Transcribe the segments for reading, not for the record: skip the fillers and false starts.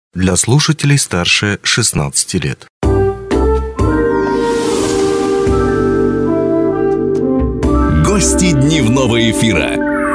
Для слушателей старше 16 лет. Гости дневного эфира.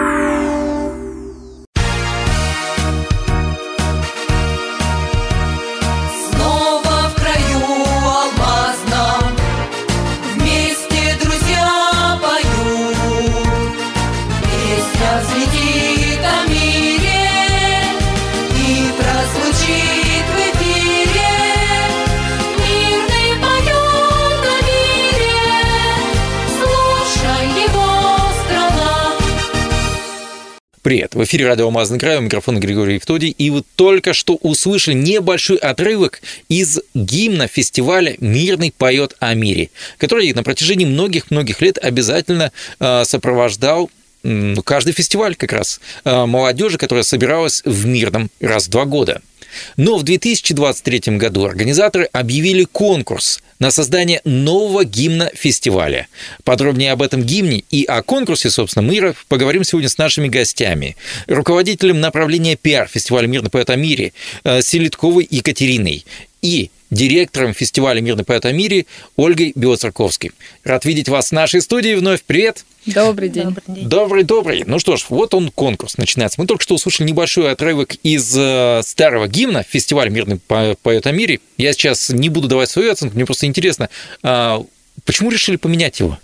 Привет! В эфире радио «Алмазный край», у микрофона Григорий Евтодий, и вы только что услышали небольшой отрывок из гимна фестиваля «Мирный поет о мире», который на протяжении многих-многих лет обязательно сопровождал каждый фестиваль как раз молодежи, которая собиралась в Мирном раз в 2 года. Но в 2023 году организаторы объявили конкурс на создание нового гимна фестиваля. Подробнее об этом гимне и о конкурсе, собственно, мы поговорим сегодня с нашими гостями. Руководителем направления пиар фестиваля «Мирный поет о мире» Селедковой Екатериной и директором фестиваля «Мирный поет о мире» Ольгой Белоцерковской. Рад видеть вас в нашей студии вновь. Привет! Добрый день. Добрый. Ну что ж, вот он, конкурс начинается. Мы только что услышали небольшой отрывок из старого гимна фестиваля «Мирный поет о мире». Я сейчас не буду давать свою оценку, мне просто интересно, почему решили поменять его?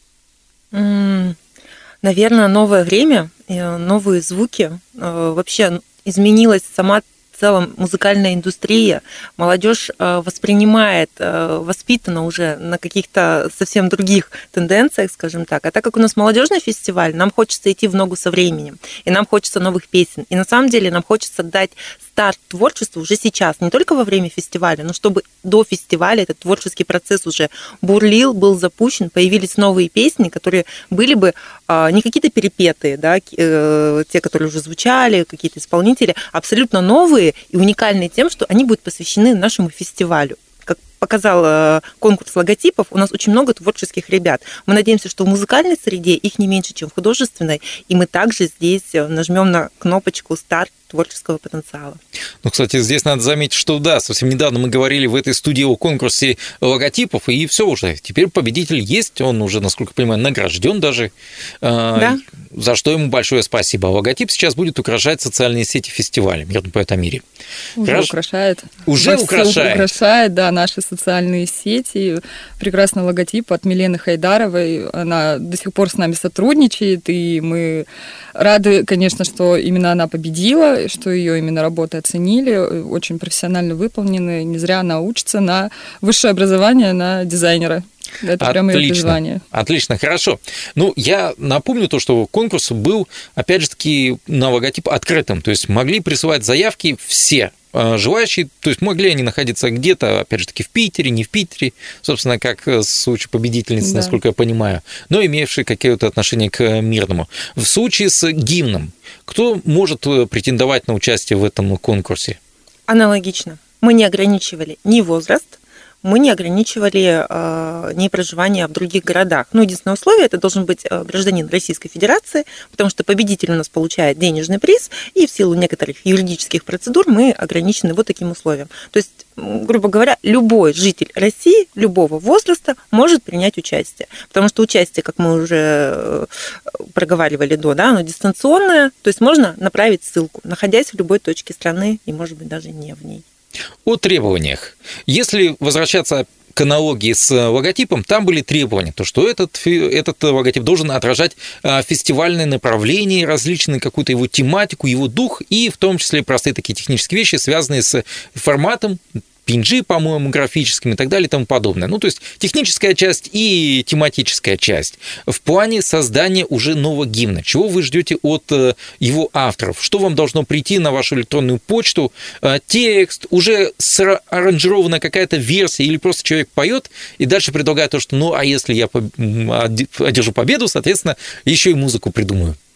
Наверное, новое время, новые звуки. Вообще изменилась сама в целом музыкальная индустрия. Молодежь воспринимает, воспитана уже на каких-то совсем других тенденциях, скажем так. А так как у нас молодежный фестиваль, нам хочется идти в ногу со временем, и нам хочется новых песен. И на самом деле нам хочется дать старт творчеству уже сейчас, не только во время фестиваля, но чтобы до фестиваля этот творческий процесс уже бурлил, был запущен, появились новые песни, которые были бы не какие-то перепетые, да, те, которые уже звучали, какие-то исполнители, абсолютно новые и уникальные тем, что они будут посвящены нашему фестивалю. Как показал конкурс логотипов, у нас очень много творческих ребят. Мы надеемся, что в музыкальной среде их не меньше, чем в художественной, и мы также здесь нажмем на кнопочку «Старт творческого потенциала». Ну, кстати, здесь надо заметить, что да, совсем недавно мы говорили в этой студии о конкурсе логотипов, и все уже. Теперь победитель есть, он уже, насколько я понимаю, награжден даже, да. За что ему большое спасибо. А логотип сейчас будет украшать социальные сети фестиваля «Мирный поет о мире». Уже украшает. Уже украшает. Украшает, да, наши социальные сети. Прекрасный логотип от Милены Хайдаровой. Она до сих пор с нами сотрудничает, и мы рады, конечно, что именно она победила, что ее именно работы оценили, очень профессионально выполнены. Не зря она учится на высшее образование, на дизайнера. Это прямо ее призвание. Отлично, хорошо. Ну, я напомню то, что конкурс был, опять же таки, на логотип открытым. То есть могли присылать заявки все желающие, то есть могли они находиться где-то, опять же таки, в Питере, не в Питере, собственно, как в случае победительницы, да, насколько я понимаю, но имевшие какое-то отношение к Мирному. В случае с гимном, кто может претендовать на участие в этом конкурсе? Аналогично. Мы не ограничивали ни возраст, мы не ограничивали ни проживание в других городах. Ну, единственное условие – это должен быть гражданин Российской Федерации, потому что победитель у нас получает денежный приз, и в силу некоторых юридических процедур мы ограничены вот таким условием. То есть, грубо говоря, любой житель России, любого возраста может принять участие. Потому что участие, как мы уже проговаривали да, оно дистанционное, то есть можно направить ссылку, находясь в любой точке страны и, может быть, даже не в ней. О требованиях. Если возвращаться к аналогии с логотипом, там были требования, то что этот логотип должен отражать фестивальное направление, различные какую-то его тематику, его дух, и в том числе простые такие технические вещи, связанные с форматом, PNG, по-моему, графическими и так далее и тому подобное. Ну, то есть техническая часть и тематическая часть. В плане создания уже нового гимна, чего вы ждете от его авторов? Что вам должно прийти на вашу электронную почту? Текст, уже аранжирована какая-то версия, или просто человек поет и дальше предлагает то, что, ну, а если я одержу победу, соответственно, еще и музыку придумаю?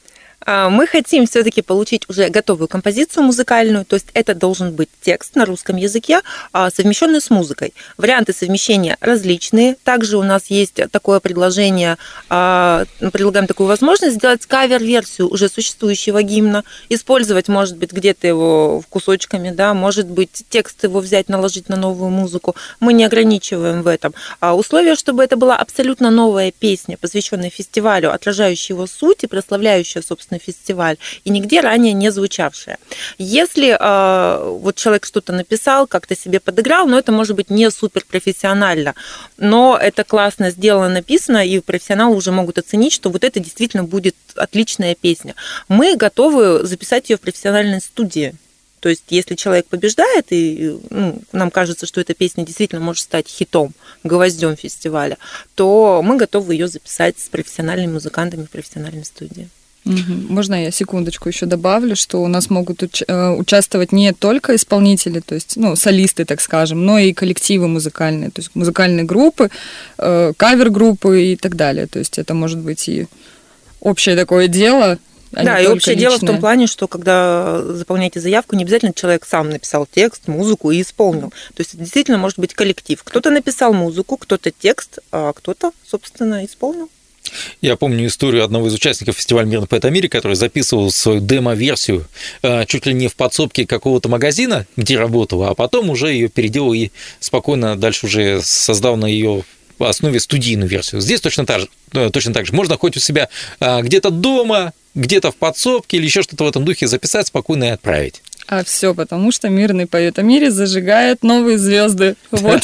Мы хотим все-таки получить уже готовую композицию музыкальную, то есть это должен быть текст на русском языке, совмещенный с музыкой. Варианты совмещения различные. Также у нас есть такое предложение, предлагаем такую возможность сделать кавер-версию уже существующего гимна, использовать, может быть, где-то его кусочками, да, может быть, текст его взять, наложить на новую музыку. Мы не ограничиваем в этом. Условие, чтобы это была абсолютно новая песня, посвященная фестивалю, отражающая его суть и прославляющая, собственно, фестиваль, и нигде ранее не звучавшая. Если вот человек что-то написал, как-то себе подыграл, но это может быть не суперпрофессионально, но это классно сделано, написано, и профессионалы уже могут оценить, что вот это действительно будет отличная песня. Мы готовы записать ее в профессиональной студии. То есть, если человек побеждает, и нам кажется, что эта песня действительно может стать хитом, гвоздем фестиваля, то мы готовы ее записать с профессиональными музыкантами в профессиональной студии. Можно я секундочку еще добавлю, что у нас могут участвовать не только исполнители, то есть солисты, так скажем, но и коллективы музыкальные, то есть музыкальные группы, кавер-группы и так далее. То есть это может быть и общее такое дело. Да, и общее дело в том плане, что когда заполняете заявку, не обязательно человек сам написал текст, музыку и исполнил. То есть это действительно может быть коллектив. Кто-то написал музыку, кто-то текст, а кто-то, собственно, исполнил. Я помню историю одного из участников фестиваля «Мирный поэт Амири», который записывал свою демо-версию чуть ли не в подсобке какого-то магазина, где работал, а потом уже ее переделал и спокойно дальше уже создал на ее основе студийную версию. Здесь точно так же. Можно хоть у себя где-то дома, где-то в подсобке или еще что-то в этом духе записать, спокойно и отправить. А все потому, что «Мирный поэт Амири» зажигает новые звезды. Вот,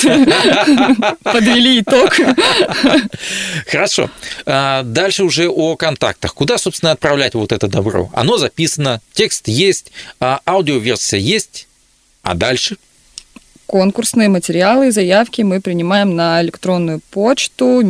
подвели итог. Хорошо. Дальше уже о контактах. Куда, собственно, отправлять вот это добро? Оно записано, текст есть, аудиоверсия есть, а дальше? Конкурсные материалы и заявки мы принимаем на электронную почту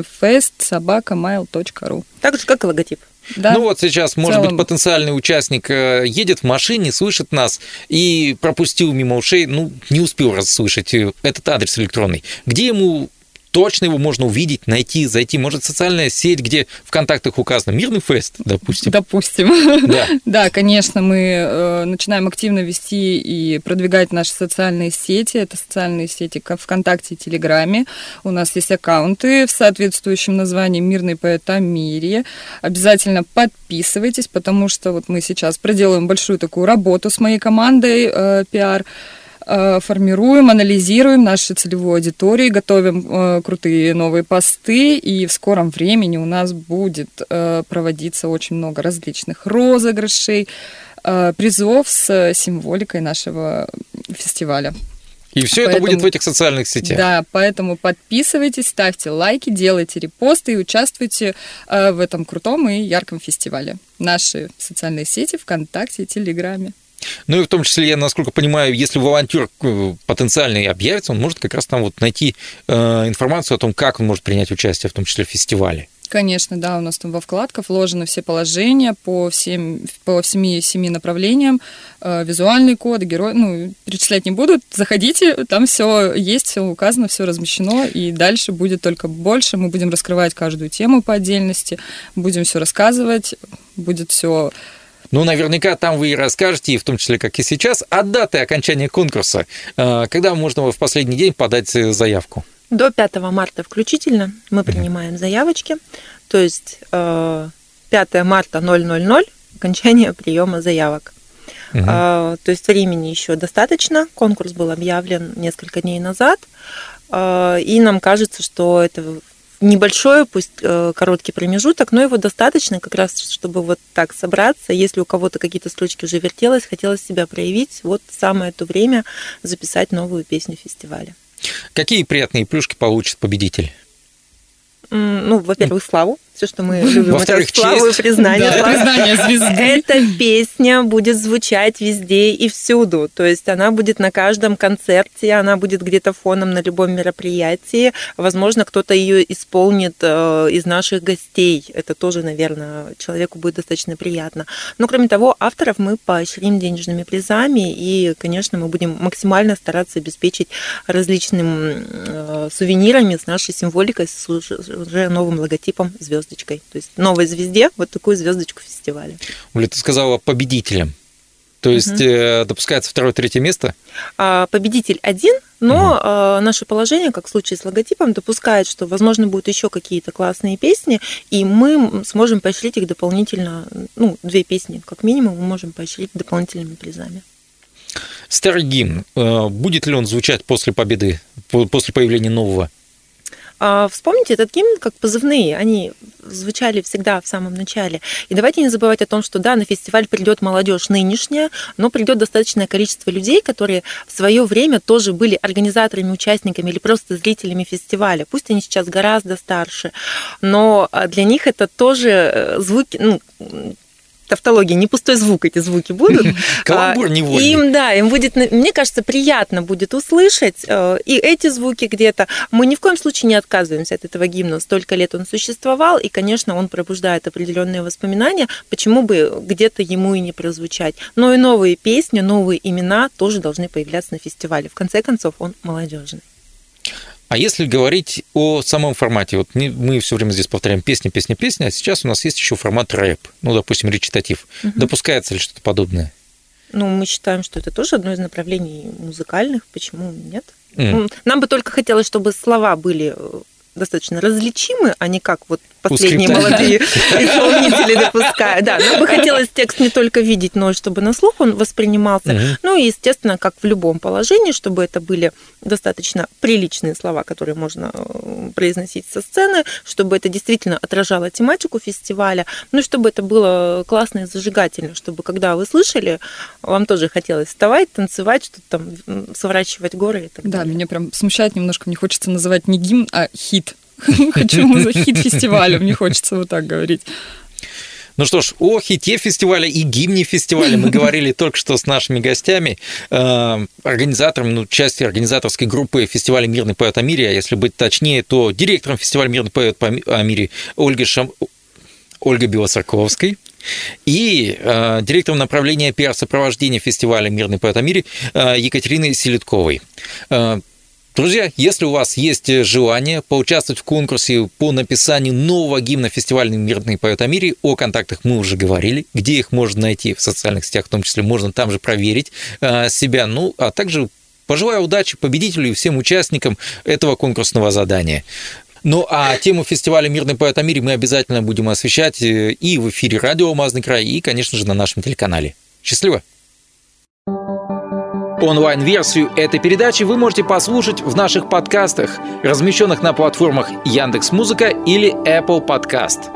mirnyfest@mail.ru. Так же, как и логотип. Да. Ну вот сейчас, может быть, потенциальный участник едет в машине, слышит нас и пропустил мимо ушей, не успел расслышать этот адрес электронный. Где ему точно его можно увидеть, найти, зайти? Может, социальная сеть, где в контактах указано «Мирный фест», допустим? Допустим. Да, конечно, мы начинаем активно вести и продвигать наши социальные сети. Это социальные сети ВКонтакте и Телеграме. У нас есть аккаунты в соответствующем названии «Мирный поэт Амири». Обязательно подписывайтесь, потому что вот мы сейчас проделаем большую такую работу с моей командой пиар. Формируем, анализируем нашу целевую аудиторию, готовим крутые новые посты, и в скором времени у нас будет проводиться очень много различных розыгрышей, призов с символикой нашего фестиваля. И все это будет в этих социальных сетях. Да, поэтому подписывайтесь, ставьте лайки, делайте репосты и участвуйте в этом крутом и ярком фестивале. Наши социальные сети ВКонтакте и Телеграме. Ну и в том числе, я, насколько понимаю, если волонтер потенциальный объявится, он может как раз там вот найти информацию о том, как он может принять участие, в том числе в фестивале. Конечно, да, у нас там во вкладках вложены все положения по 7 направлениям, визуальный код, герой, перечислять не буду, заходите, там все есть, все указано, все размещено, и дальше будет только больше, мы будем раскрывать каждую тему по отдельности, будем все рассказывать, будет все... Наверняка там вы и расскажете, и в том числе, как и сейчас, о дате окончания конкурса. Когда можно в последний день подать заявку? До 5 марта включительно мы принимаем заявочки. То есть 5 марта 0:00 окончание приема заявок. То есть времени еще достаточно. Конкурс был объявлен несколько дней назад. И нам кажется, что это... небольшой, пусть короткий промежуток, но его достаточно как раз, чтобы вот так собраться. Если у кого-то какие-то строчки уже вертелось, хотелось себя проявить, вот самое то время записать новую песню фестиваля. Какие приятные плюшки получит победитель? Во-первых, славу. Все, что мы любим, во-вторых, это славу и признание. Да, признание звезды. Эта песня будет звучать везде и всюду. То есть она будет на каждом концерте, она будет где-то фоном на любом мероприятии. Возможно, кто-то ее исполнит из наших гостей. Это тоже, наверное, человеку будет достаточно приятно. Но, кроме того, авторов мы поощрим денежными призами. И, конечно, мы будем максимально стараться обеспечить различными сувенирами с нашей символикой, с уже новым логотипом звезд. звездочкой. То есть новой звезде вот такую звездочку фестиваля. Оля, ты сказала победителям. То есть допускается 2-3 место? Победитель один, но наше положение, как в случае с логотипом, допускает, что, возможно, будут еще какие-то классные песни, и мы сможем поощрить их дополнительно, 2 песни, как минимум, мы можем поощрить дополнительными призами. Старый гимн, будет ли он звучать после победы, после появления нового? Вспомните этот гимн как позывные, они звучали всегда в самом начале. И давайте не забывать о том, что да, на фестиваль придет молодежь нынешняя, но придет достаточное количество людей, которые в свое время тоже были организаторами, участниками или просто зрителями фестиваля. Пусть они сейчас гораздо старше, но для них это тоже звуки, тавтология, не пустой звук эти звуки будут. Каламбур невольный. Им будет, мне кажется, приятно будет услышать и эти звуки где-то. Мы ни в коем случае не отказываемся от этого гимна. Столько лет он существовал, и, конечно, он пробуждает определенные воспоминания. Почему бы где-то ему и не прозвучать? Но и новые песни, новые имена тоже должны появляться на фестивале. В конце концов, он молодежный. А если говорить о самом формате, вот мы все время здесь повторяем песня, а сейчас у нас есть еще формат рэп, допустим, речитатив. Допускается ли что-то подобное? Мы считаем, что это тоже одно из направлений музыкальных. Почему нет? Нам бы только хотелось, чтобы слова были достаточно различимы, а не как вот последние молодые исполнители допускают. Да, нам бы хотелось текст не только видеть, но и чтобы на слух он воспринимался. И, естественно, как в любом положении, чтобы это были достаточно приличные слова, которые можно произносить со сцены, чтобы это действительно отражало тематику фестиваля, и чтобы это было классно и зажигательно, чтобы когда вы слышали, вам тоже хотелось вставать, танцевать, что-то там сворачивать горы и так далее. Да, меня прям смущает немножко, мне хочется называть не гимн, а хит. Хочу за хит фестиваля, мне хочется вот так говорить. Ну что ж, о хите фестиваля и гимне фестиваля мы говорили только что с нашими гостями, организатором, части организаторской группы фестиваля «Мирный поэт о мире», а если быть точнее, то директором фестиваля «Мирный поэт о мире» Ольгой Белоцерковской и директором направления пиар-сопровождения фестиваля «Мирный поэт о мире» Екатериной Селедковой. Друзья, если у вас есть желание поучаствовать в конкурсе по написанию нового гимна фестиваля «Мирный поэт о мире», о контактах мы уже говорили, где их можно найти в социальных сетях, в том числе можно там же проверить себя, а также пожелаю удачи победителю и всем участникам этого конкурсного задания. А тему фестиваля «Мирный поэт о мире» мы обязательно будем освещать и в эфире радио «Алмазный край», и, конечно же, на нашем телеканале. Счастливо! Онлайн-версию этой передачи вы можете послушать в наших подкастах, размещенных на платформах Яндекс.Музыка или Apple Podcast.